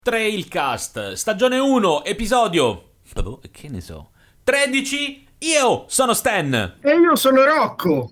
Trailcast, stagione 1, episodio... che ne so... 13, io sono Stan. E io sono Rocco.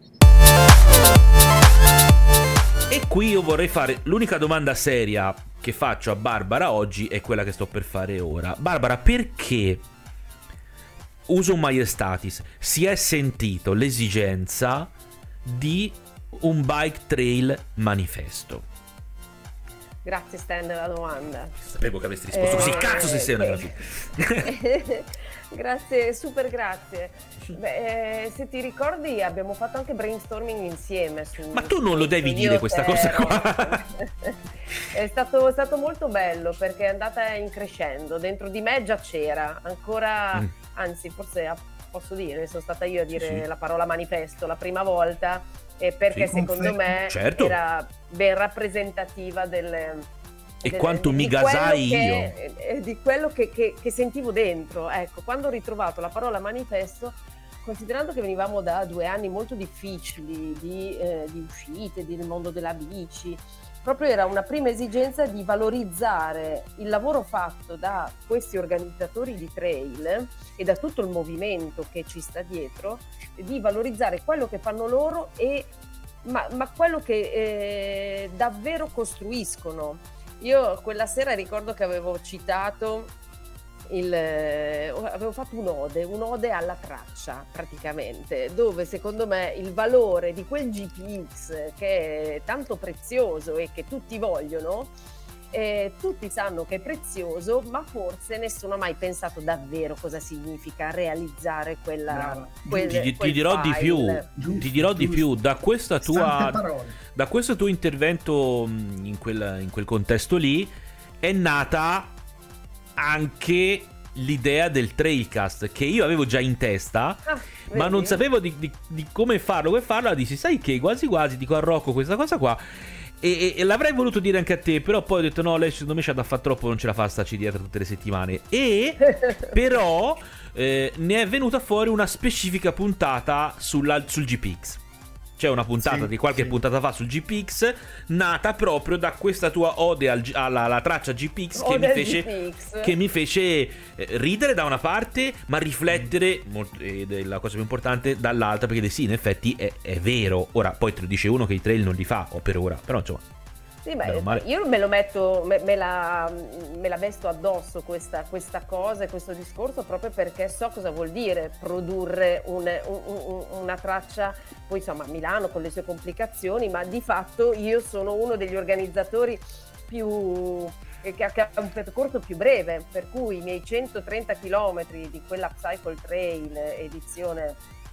E qui io vorrei fare l'unica domanda seria che faccio a Barbara oggi è quella che sto per fare ora. Barbara, perché uso un Majestatis si è sentito l'esigenza di un bike trail manifesto? Grazie Stan della domanda. Sapevo che avresti risposto così, cazzo se sei una grafita. Grazie, super grazie. Beh, se ti ricordi abbiamo fatto anche brainstorming insieme su... Ma tu non lo devi dire questa cosa qua. È stato molto bello perché è andata in crescendo. Dentro di me già c'era, ancora, anzi forse posso dire, sono stata io a dire la parola manifesto la prima volta, perché secondo me era ben rappresentativa quanto mi gasai io di quello che sentivo dentro. Ecco, quando ho ritrovato la parola manifesto, considerando che venivamo da 2 anni molto difficili di uscite del mondo della bici, proprio era una prima esigenza di valorizzare il lavoro fatto da questi organizzatori di trail e da tutto il movimento che ci sta dietro, di valorizzare quello che fanno loro ma quello che davvero costruiscono. Io quella sera ricordo che avevo citato avevo fatto un'ode alla traccia praticamente, dove secondo me il valore di quel GPX che è tanto prezioso e che tutti vogliono, tutti sanno che è prezioso, ma forse nessuno ha mai pensato davvero cosa significa realizzare ti dirò di più da questo tuo intervento in quel contesto lì è nata anche l'idea del Trailcast che io avevo già in testa, ma non sapevo di come farlo. Dissi, sai che quasi dico a Rocco questa cosa qua e l'avrei voluto dire anche a te, però poi ho detto no, lei secondo me c'ha da fare troppo, non ce la fa starci dietro tutte le settimane. E però ne è venuta fuori una specifica puntata sul GPX. C'è una puntata di qualche puntata fa sul GPX, nata proprio da questa tua ode alla traccia GPX che mi fece ridere da una parte, ma riflettere, ed è la cosa più importante, dall'altra, perché sì, in effetti è vero. Ora, poi te lo dice uno che i trail non li fa, o per ora, però insomma... Sì, beh, io me lo metto, me la vesto addosso questa cosa e questo discorso, proprio perché so cosa vuol dire produrre una traccia, poi insomma a Milano con le sue complicazioni, ma di fatto io sono uno degli organizzatori che ha un percorso più breve, per cui i miei 130 km di quella Cycle Trail edizione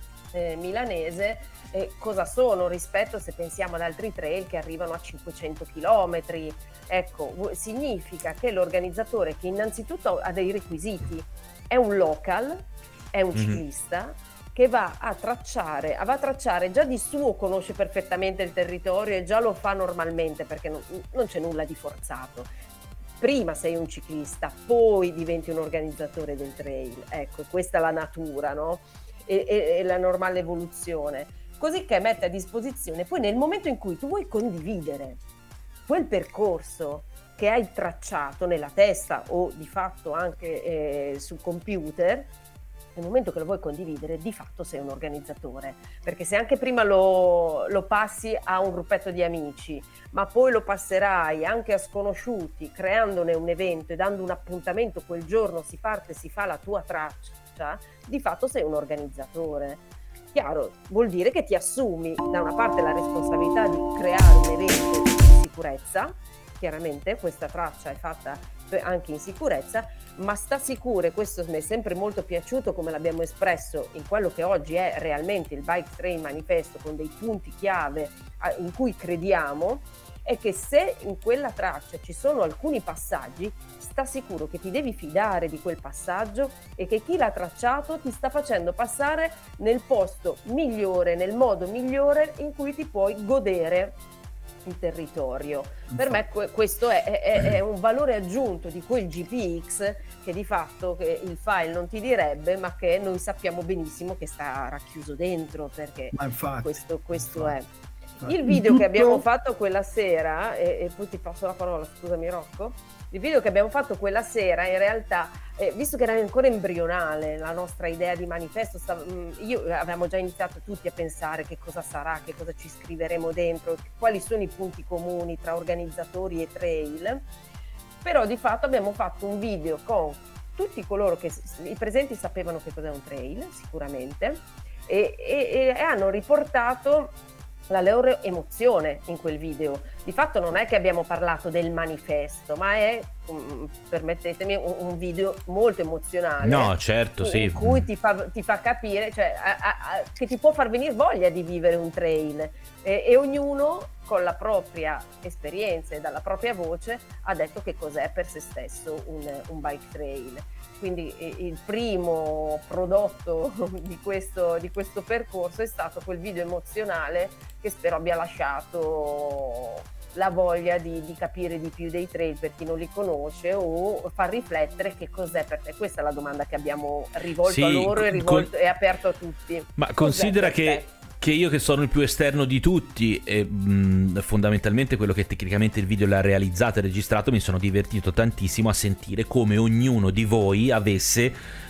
milanese, cosa sono rispetto, se pensiamo ad altri trail che arrivano a 500 km. Ecco, significa che l'organizzatore, che innanzitutto ha dei requisiti, è un local, è un ciclista che va a tracciare, già di suo conosce perfettamente il territorio e già lo fa normalmente, perché non c'è nulla di forzato. Prima sei un ciclista, poi diventi un organizzatore del trail. Ecco, questa è la natura, no? E la normale evoluzione, così che mette a disposizione poi, nel momento in cui tu vuoi condividere quel percorso che hai tracciato nella testa o di fatto anche sul computer, nel momento che lo vuoi condividere di fatto sei un organizzatore, perché se anche prima lo passi a un gruppetto di amici, ma poi lo passerai anche a sconosciuti, creandone un evento e dando un appuntamento quel giorno, si parte, si fa la tua traccia, di fatto sei un organizzatore. Chiaro, vuol dire che ti assumi da una parte la responsabilità di creare un evento di sicurezza, chiaramente questa traccia è fatta anche in sicurezza, ma sta sicuro, e questo mi è sempre molto piaciuto come l'abbiamo espresso in quello che oggi è realmente il Bike Trail Manifesto, con dei punti chiave in cui crediamo, è che se in quella traccia ci sono alcuni passaggi, sta sicuro che ti devi fidare di quel passaggio e che chi l'ha tracciato ti sta facendo passare nel posto migliore, nel modo migliore in cui ti puoi godere il territorio. Per me questo è un valore aggiunto di quel GPX che di fatto che il file non ti direbbe, ma che noi sappiamo benissimo che sta racchiuso dentro, perché questo è. Il video che abbiamo fatto quella sera, e poi ti passo la parola, scusami Rocco, Il video che abbiamo fatto quella sera, in realtà, visto che era ancora embrionale la nostra idea di manifesto, avevamo già iniziato tutti a pensare che cosa sarà, che cosa ci scriveremo dentro, quali sono i punti comuni tra organizzatori e trail, però di fatto abbiamo fatto un video con tutti coloro che i presenti sapevano che cos'è un trail, sicuramente, e hanno riportato la loro emozione in quel video. Di fatto non è che abbiamo parlato del manifesto, ma è, permettetemi, un video molto emozionale. No, certo, sì. In cui ti fa capire, cioè, che ti può far venire voglia di vivere un trail. E ognuno, con la propria esperienza e dalla propria voce, ha detto che cos'è per se stesso un bike trail. Quindi il primo prodotto di questo percorso è stato quel video emozionale che spero abbia lasciato la voglia di capire di più dei trail per chi non li conosce, o far riflettere che cos'è per te. Questa è la domanda che abbiamo rivolto a loro e aperto a tutti. Ma considera che io, che sono il più esterno di tutti, e fondamentalmente quello che tecnicamente il video l'ha realizzato e registrato, mi sono divertito tantissimo a sentire come ognuno di voi avesse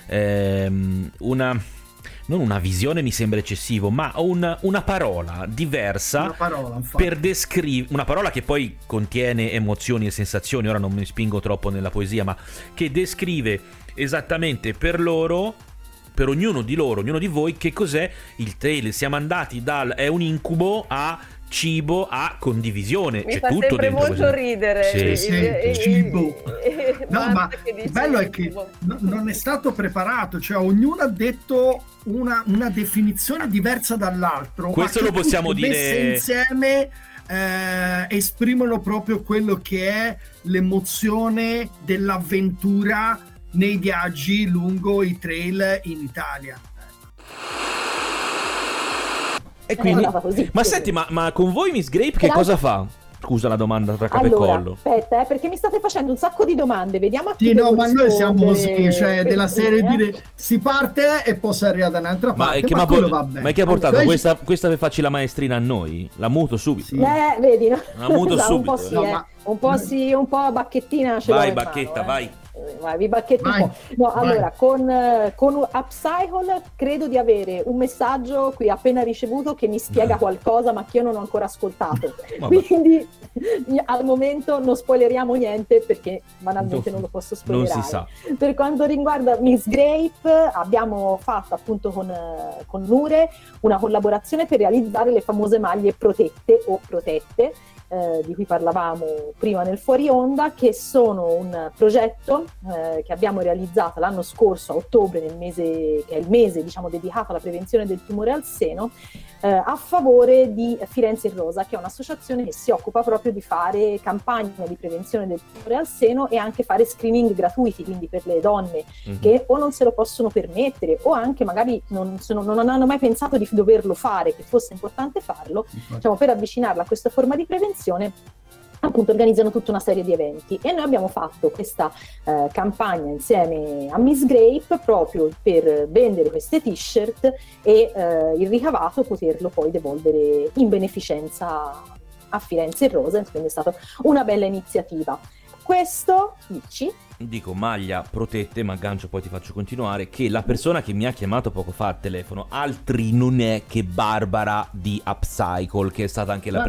non una visione, mi sembra eccessivo, ma una parola diversa per descrivere, una parola che poi contiene emozioni e sensazioni. Ora non mi spingo troppo nella poesia, ma che descrive esattamente per loro, per ognuno di loro, ognuno di voi, che cos'è il trail. Siamo andati dal è un incubo a cibo a condivisione. Mi c'è fa tutto sempre dentro molto così. ridere. Cibo. No, ma il bello è che non è stato preparato, cioè ognuno ha detto una definizione diversa dall'altro. Questo lo possiamo dire insieme. Esprimono proprio quello che è l'emozione dell'avventura nei viaggi lungo i trail in Italia. E quindi, ma senti, ma con voi Miss Grape che cosa fa? Scusa la domanda tra capo e collo. Allora, aspetta, perché mi state facendo un sacco di domande, vediamo a chi no, ma noi siamo così, cioè della serie di si parte e poi si arriva da un'altra parte, ma che ha portato questa per farci la maestrina a noi? La muto subito. Sì. Vedi, no? La muto subito. Un po' sì, un po' bacchettina ce l'ho in bacchetta, mano, vai. Vi bacchetti un po'. No, allora, con Upcycle credo di avere un messaggio qui appena ricevuto che mi spiega qualcosa, ma che io non ho ancora ascoltato. Quindi al momento non spoileriamo niente, perché banalmente non lo posso spoilerare. Non si sa. Per quanto riguarda Miss Grape, abbiamo fatto appunto con Nure una collaborazione per realizzare le famose maglie protette o protette, di cui parlavamo prima nel fuori onda, che sono un progetto che abbiamo realizzato l'anno scorso a ottobre, nel mese che è il mese, diciamo, dedicato alla prevenzione del tumore al seno, a favore di Firenze in Rosa, che è un'associazione che si occupa proprio di fare campagne di prevenzione del tumore al seno e anche fare screening gratuiti, quindi per le donne che o non se lo possono permettere o anche magari non hanno mai pensato di doverlo fare, che fosse importante farlo, diciamo, per avvicinarla a questa forma di prevenzione. Appunto organizzano tutta una serie di eventi, e noi abbiamo fatto questa campagna insieme a Miss Grape proprio per vendere queste t-shirt e il ricavato poterlo poi devolvere in beneficenza a Firenze in Rosa, quindi è stata una bella iniziativa. Questo, dico maglia protette, ma aggancio, poi ti faccio continuare, che la persona che mi ha chiamato poco fa al telefono altri non è che Barbara di Upcycle, che è stata anche la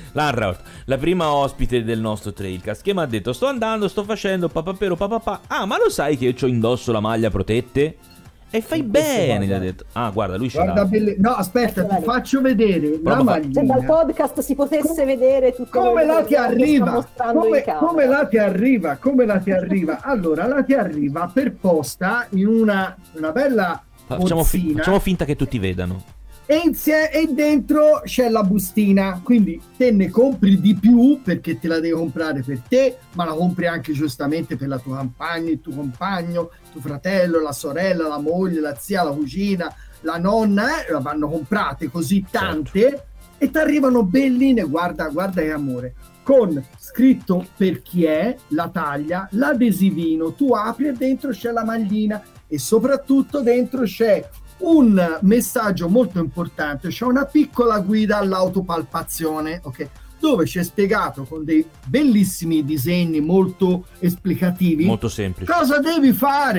prima ospite del nostro Trailcast, che mi ha detto: sto andando, sto facendo papapero papapà. Ah, ma lo sai che io c'ho indosso la maglia protette? E fai bene, gli ha detto. Ah, guarda, lui ce l'ha. No, aspetta, ti faccio vedere la maglina. Se dal podcast si potesse vedere tutto come la ti arriva, come la ti arriva. Allora, la ti arriva per posta in una bella facciamo finta che tutti vedano. E dentro c'è la bustina, quindi te ne compri di più perché te la devi comprare per te, ma la compri anche giustamente per la tua compagna, il tuo compagno, tuo fratello, la sorella, la moglie, la zia, la cugina, la nonna, vanno comprate così tante, certo. E ti arrivano belline, guarda che amore, con scritto per chi è, la taglia, l'adesivino, tu apri e dentro c'è la maglina, e soprattutto dentro c'è un messaggio molto importante, c'è una piccola guida all'autopalpazione, ok? dove ci è spiegato con dei bellissimi disegni molto esplicativi, molto semplici, cosa devi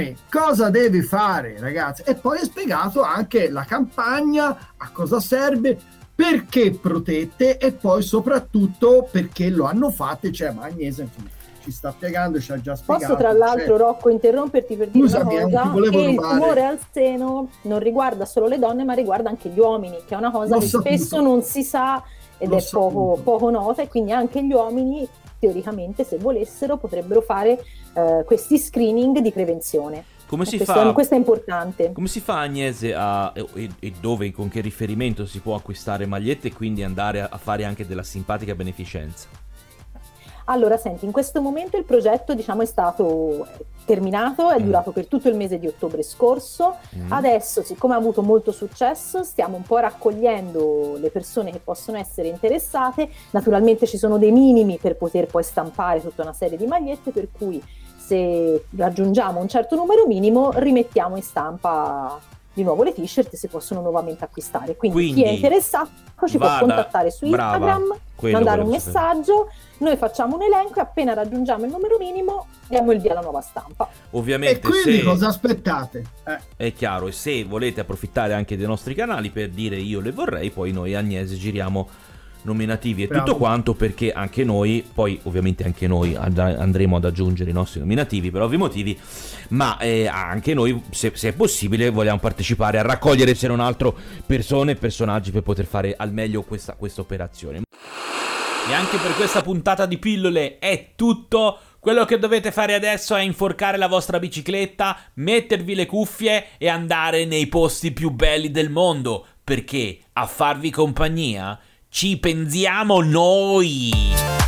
fare, ragazzi, e poi è spiegato anche la campagna, a cosa serve, perché protette e poi soprattutto perché lo hanno fatte, cioè Agnese ci sta spiegando, ci ha già spiegato. Posso tra l'altro, Rocco, interromperti per dire una cosa? Che il tumore al seno non riguarda solo le donne, ma riguarda anche gli uomini, che è una cosa che spesso non si sa ed è poco nota, e quindi anche gli uomini teoricamente, se volessero, potrebbero fare questi screening di prevenzione. Come si fa? Questo è importante. Come si fa, Agnese, e dove, con che riferimento si può acquistare magliette e quindi andare a fare anche della simpatica beneficenza? Allora, senti, in questo momento il progetto, diciamo, è stato terminato, è durato per tutto il mese di ottobre scorso. Adesso, siccome ha avuto molto successo, stiamo un po' raccogliendo le persone che possono essere interessate. Naturalmente ci sono dei minimi per poter poi stampare tutta una serie di magliette, per cui se raggiungiamo un certo numero minimo rimettiamo in stampa di nuovo le t-shirt, si possono nuovamente acquistare. Quindi chi è interessato ci può contattare su Instagram, mandare un messaggio, noi facciamo un elenco e appena raggiungiamo il numero minimo diamo il via alla nuova stampa. Ovviamente, e quindi cosa aspettate? È chiaro, e se volete approfittare anche dei nostri canali per dire io le vorrei, poi noi Agnese giriamo nominativi e tutto quanto, perché anche noi, poi ovviamente anche noi andremo ad aggiungere i nostri nominativi per ovvi motivi, ma anche noi, se è possibile, vogliamo partecipare a raccogliere, se non altro, persone e personaggi per poter fare al meglio questa operazione. E anche per questa puntata di pillole è tutto. Quello che dovete fare adesso è inforcare la vostra bicicletta, mettervi le cuffie e andare nei posti più belli del mondo, perché a farvi compagnia ci pensiamo noi!